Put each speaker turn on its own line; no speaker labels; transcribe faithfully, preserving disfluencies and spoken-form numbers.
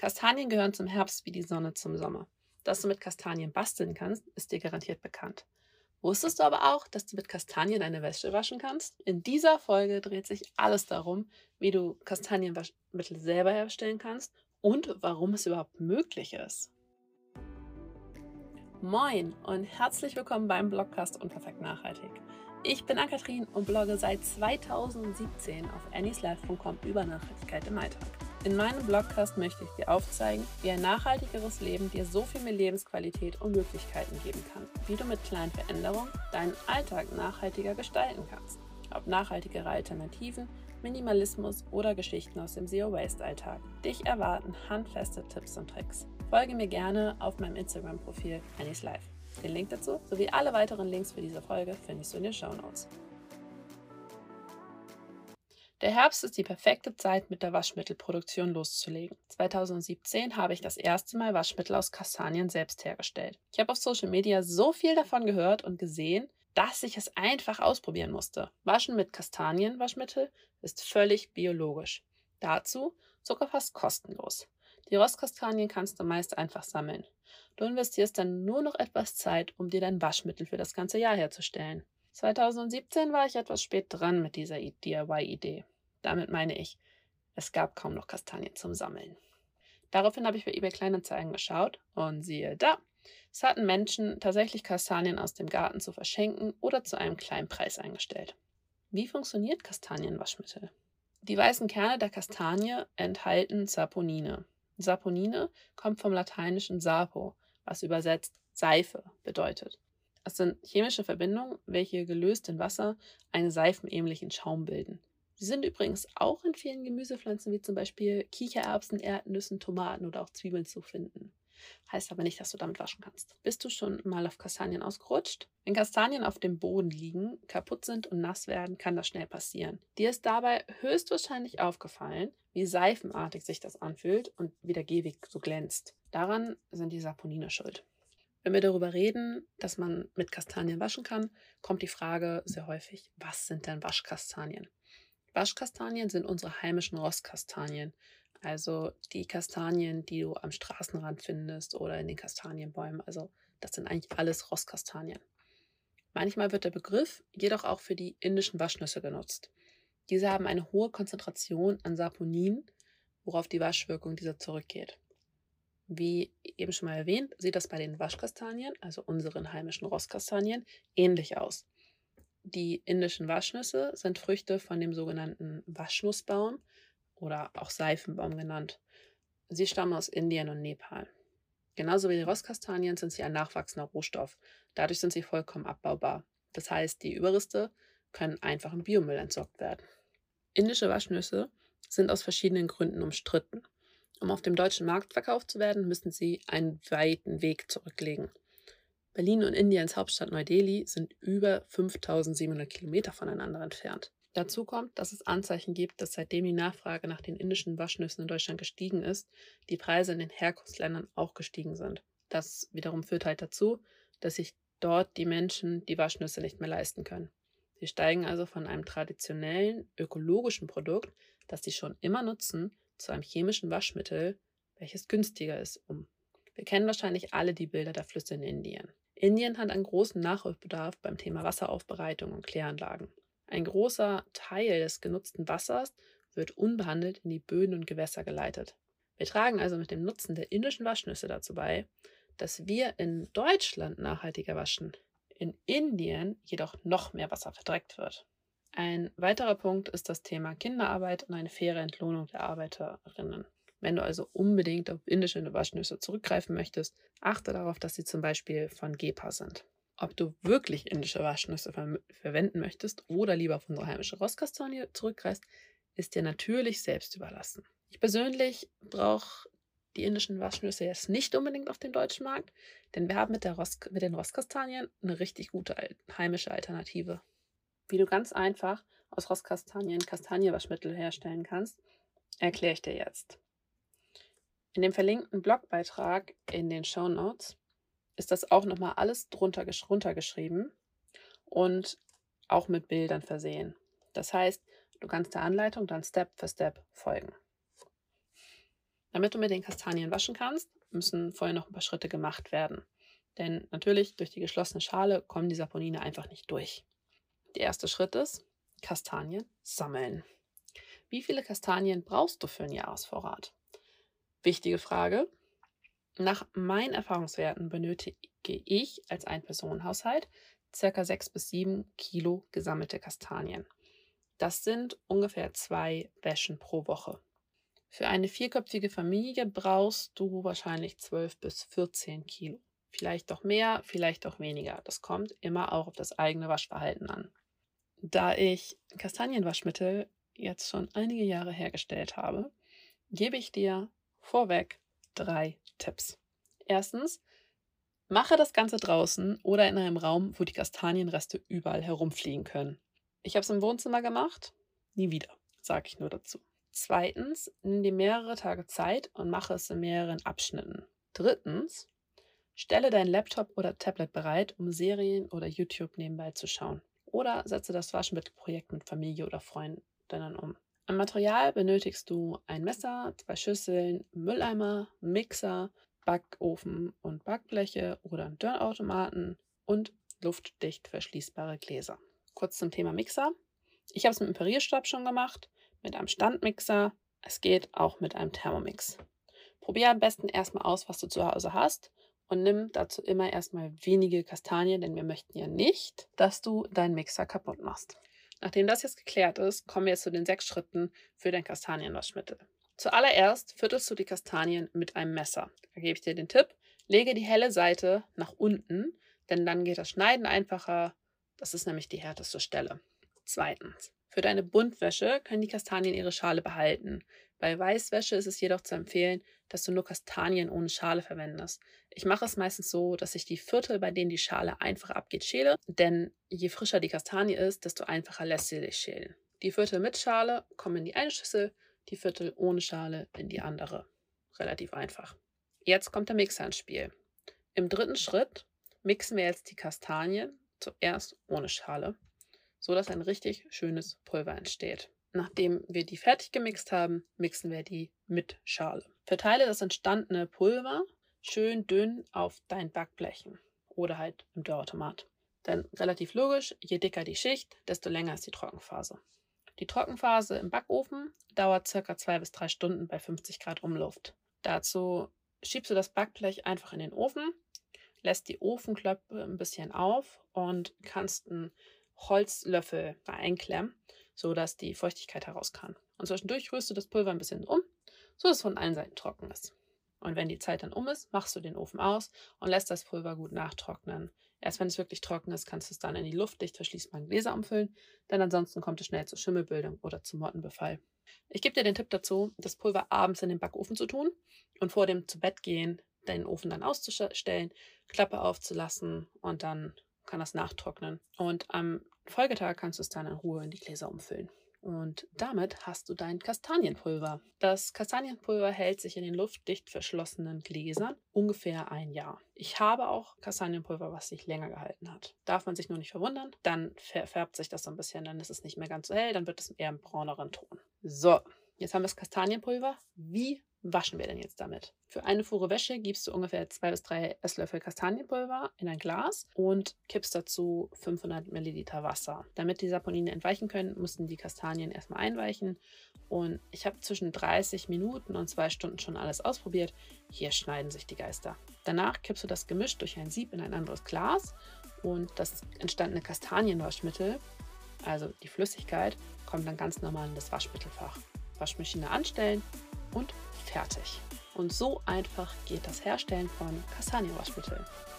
Kastanien gehören zum Herbst wie die Sonne zum Sommer. Dass du mit Kastanien basteln kannst, ist dir garantiert bekannt. Wusstest du aber auch, dass du mit Kastanien deine Wäsche waschen kannst? In dieser Folge dreht sich alles darum, wie du Kastanienwaschmittel selber herstellen kannst und warum es überhaupt möglich ist. Moin und herzlich willkommen beim Blogcast Unperfekt Nachhaltig. Ich bin Ann-Kathrin und blogge seit zweitausendsiebzehn auf annieslife punkt com über Nachhaltigkeit im Alltag. In meinem Blogcast möchte ich dir aufzeigen, wie ein nachhaltigeres Leben dir so viel mehr Lebensqualität und Möglichkeiten geben kann, wie du mit kleinen Veränderungen deinen Alltag nachhaltiger gestalten kannst. Ob nachhaltigere Alternativen, Minimalismus oder Geschichten aus dem Zero-Waste-Alltag. Dich erwarten handfeste Tipps und Tricks. Folge mir gerne auf meinem Instagram-Profil annieslife. Den Link dazu sowie alle weiteren Links für diese Folge findest du in den Shownotes. Der Herbst ist die perfekte Zeit, mit der Waschmittelproduktion loszulegen. zweitausendsiebzehn habe ich das erste Mal Waschmittel aus Kastanien selbst hergestellt. Ich habe auf Social Media so viel davon gehört und gesehen, dass ich es einfach ausprobieren musste. Waschen mit Kastanienwaschmittel ist völlig biologisch. Dazu sogar fast kostenlos. Die Rostkastanien kannst du meist einfach sammeln. Du investierst dann nur noch etwas Zeit, um dir dein Waschmittel für das ganze Jahr herzustellen. zweitausendsiebzehn war ich etwas spät dran mit dieser D I Y-Idee. Damit meine ich, es gab kaum noch Kastanien zum Sammeln. Daraufhin habe ich bei eBay Kleinanzeigen geschaut und siehe da, es hatten Menschen tatsächlich Kastanien aus dem Garten zu verschenken oder zu einem kleinen Preis eingestellt. Wie funktioniert Kastanienwaschmittel? Die weißen Kerne der Kastanie enthalten Saponine. Saponine kommt vom lateinischen sapo, was übersetzt Seife bedeutet. Es sind chemische Verbindungen, welche gelöst in Wasser einen seifenähnlichen Schaum bilden. Sie sind übrigens auch in vielen Gemüsepflanzen wie zum Beispiel Kichererbsen, Erdnüssen, Tomaten oder auch Zwiebeln zu finden. Heißt aber nicht, dass du damit waschen kannst. Bist du schon mal auf Kastanien ausgerutscht? Wenn Kastanien auf dem Boden liegen, kaputt sind und nass werden, kann das schnell passieren. Dir ist dabei höchstwahrscheinlich aufgefallen, wie seifenartig sich das anfühlt und wie der Gehweg so glänzt. Daran sind die Saponine schuld. Wenn wir darüber reden, dass man mit Kastanien waschen kann, kommt die Frage sehr häufig, was sind denn Waschkastanien? Waschkastanien sind unsere heimischen Rostkastanien, also die Kastanien, die du am Straßenrand findest oder in den Kastanienbäumen. Also das sind eigentlich alles Rostkastanien. Manchmal wird der Begriff jedoch auch für die indischen Waschnüsse genutzt. Diese haben eine hohe Konzentration an Saponin, worauf die Waschwirkung dieser zurückgeht. Wie eben schon mal erwähnt, sieht das bei den Waschkastanien, also unseren heimischen Rostkastanien, ähnlich aus. Die indischen Waschnüsse sind Früchte von dem sogenannten Waschnussbaum oder auch Seifenbaum genannt. Sie stammen aus Indien und Nepal. Genauso wie die Rostkastanien sind sie ein nachwachsender Rohstoff. Dadurch sind sie vollkommen abbaubar. Das heißt, die Überreste können einfach im Biomüll entsorgt werden. Indische Waschnüsse sind aus verschiedenen Gründen umstritten. Um auf dem deutschen Markt verkauft zu werden, müssen sie einen weiten Weg zurücklegen. Berlin und Indiens Hauptstadt Neu-Delhi sind über fünftausendsiebenhundert Kilometer voneinander entfernt. Dazu kommt, dass es Anzeichen gibt, dass seitdem die Nachfrage nach den indischen Waschnüssen in Deutschland gestiegen ist, die Preise in den Herkunftsländern auch gestiegen sind. Das wiederum führt halt dazu, dass sich dort die Menschen die Waschnüsse nicht mehr leisten können. Sie steigen also von einem traditionellen, ökologischen Produkt, das sie schon immer nutzen, zu einem chemischen Waschmittel, welches günstiger ist, um. Wir kennen wahrscheinlich alle die Bilder der Flüsse in Indien. Indien hat einen großen Nachholbedarf beim Thema Wasseraufbereitung und Kläranlagen. Ein großer Teil des genutzten Wassers wird unbehandelt in die Böden und Gewässer geleitet. Wir tragen also mit dem Nutzen der indischen Waschnüsse dazu bei, dass wir in Deutschland nachhaltiger waschen, in Indien jedoch noch mehr Wasser verdreckt wird. Ein weiterer Punkt ist das Thema Kinderarbeit und eine faire Entlohnung der Arbeiterinnen. Wenn du also unbedingt auf indische Waschnüsse zurückgreifen möchtest, achte darauf, dass sie zum Beispiel von Gepa sind. Ob du wirklich indische Waschnüsse ver verwenden möchtest oder lieber auf unsere heimische Rostkastanie zurückgreifst, ist dir natürlich selbst überlassen. Ich persönlich brauche die indischen Waschnüsse jetzt nicht unbedingt auf dem deutschen Markt, denn wir haben mit, der Rost mit den Rostkastanien eine richtig gute heimische Alternative. Wie du ganz einfach aus Rostkastanien Kastanienwaschmittel herstellen kannst, erkläre ich dir jetzt. In dem verlinkten Blogbeitrag in den Shownotes ist das auch nochmal alles drunter runtergeschrieben und auch mit Bildern versehen. Das heißt, du kannst der Anleitung dann Step für Step folgen. Damit du mit den Kastanien waschen kannst, müssen vorher noch ein paar Schritte gemacht werden. Denn natürlich, durch die geschlossene Schale kommen die Saponine einfach nicht durch. Der erste Schritt ist, Kastanien sammeln. Wie viele Kastanien brauchst du für einen Jahresvorrat? Wichtige Frage. Nach meinen Erfahrungswerten benötige ich als Ein-Personen-Haushalt ca. sechs bis sieben Kilo gesammelte Kastanien. Das sind ungefähr zwei Wäschen pro Woche. Für eine vierköpfige Familie brauchst du wahrscheinlich zwölf bis vierzehn Kilo. Vielleicht doch mehr, vielleicht auch weniger. Das kommt immer auch auf das eigene Waschverhalten an. Da ich Kastanienwaschmittel jetzt schon einige Jahre hergestellt habe, gebe ich dir vorweg drei Tipps. Erstens, mache das Ganze draußen oder in einem Raum, wo die Kastanienreste überall herumfliegen können. Ich habe es im Wohnzimmer gemacht, nie wieder, sage ich nur dazu. Zweitens, nimm dir mehrere Tage Zeit und mache es in mehreren Abschnitten. Drittens, stelle deinen Laptop oder Tablet bereit, um Serien oder YouTube nebenbei zu schauen. Oder setze das Waschmittelprojekt mit Familie oder Freundinnen um. An Material benötigst du ein Messer, zwei Schüsseln, Mülleimer, Mixer, Backofen und Backbleche oder einen Dörrautomaten und luftdicht verschließbare Gläser. Kurz zum Thema Mixer. Ich habe es mit einem Parierstab schon gemacht, mit einem Standmixer. Es geht auch mit einem Thermomix. Probier am besten erstmal aus, was du zu Hause hast und nimm dazu immer erstmal wenige Kastanien, denn wir möchten ja nicht, dass du deinen Mixer kaputt machst. Nachdem das jetzt geklärt ist, kommen wir jetzt zu den sechs Schritten für dein Kastanienwaschmittel. Zuallererst viertelst du die Kastanien mit einem Messer. Da gebe ich dir den Tipp, lege die helle Seite nach unten, denn dann geht das Schneiden einfacher. Das ist nämlich die härteste Stelle. Zweitens, für deine Buntwäsche können die Kastanien ihre Schale behalten. Bei Weißwäsche ist es jedoch zu empfehlen, dass du nur Kastanien ohne Schale verwendest. Ich mache es meistens so, dass ich die Viertel, bei denen die Schale einfach abgeht, schäle, denn je frischer die Kastanie ist, desto einfacher lässt sie sich schälen. Die Viertel mit Schale kommen in die eine Schüssel, die Viertel ohne Schale in die andere. Relativ einfach. Jetzt kommt der Mixer ins Spiel. Im dritten Schritt mixen wir jetzt die Kastanien zuerst ohne Schale, sodass ein richtig schönes Pulver entsteht. Nachdem wir die fertig gemixt haben, mixen wir die mit Schale. Verteile das entstandene Pulver schön dünn auf dein Backblechen oder halt im Dörrautomat. Denn relativ logisch, je dicker die Schicht, desto länger ist die Trockenphase. Die Trockenphase im Backofen dauert ca. zwei bis drei Stunden bei fünfzig Grad Umluft. Dazu schiebst du das Backblech einfach in den Ofen, lässt die Ofenklöpfe ein bisschen auf und kannst einen Holzlöffel einklemmen, sodass die Feuchtigkeit heraus kann. Und zwischendurch rührst du das Pulver ein bisschen um, sodass es von allen Seiten trocken ist. Und wenn die Zeit dann um ist, machst du den Ofen aus und lässt das Pulver gut nachtrocknen. Erst wenn es wirklich trocken ist, kannst du es dann in die luftdicht verschließbaren Gläser umfüllen, denn ansonsten kommt es schnell zur Schimmelbildung oder zum Mottenbefall. Ich gebe dir den Tipp dazu, das Pulver abends in den Backofen zu tun und vor dem Zubettgehen deinen Ofen dann auszustellen, Klappe aufzulassen und dann kann das nachtrocknen. Und am Folgetag kannst du es dann in Ruhe in die Gläser umfüllen. Und damit hast du dein Kastanienpulver. Das Kastanienpulver hält sich in den luftdicht verschlossenen Gläsern ungefähr ein Jahr. Ich habe auch Kastanienpulver, was sich länger gehalten hat. Darf man sich nur nicht verwundern. Dann verfärbt sich das so ein bisschen, dann ist es nicht mehr ganz so hell, dann wird es eher einen brauneren Ton. So, jetzt haben wir das Kastanienpulver. Wie waschen wir denn jetzt damit? Für eine Fuhre Wäsche gibst du ungefähr zwei bis drei Esslöffel Kastanienpulver in ein Glas und kippst dazu fünfhundert Milliliter Wasser. Damit die Saponine entweichen können, müssen die Kastanien erstmal einweichen. Und ich habe zwischen dreißig Minuten und zwei Stunden schon alles ausprobiert. Hier schneiden sich die Geister. Danach kippst du das Gemisch durch ein Sieb in ein anderes Glas und das entstandene Kastanienwaschmittel, also die Flüssigkeit, kommt dann ganz normal in das Waschmittelfach. Waschmaschine anstellen und fertig. Und so einfach geht das Herstellen von Kastanienwaschmitteln.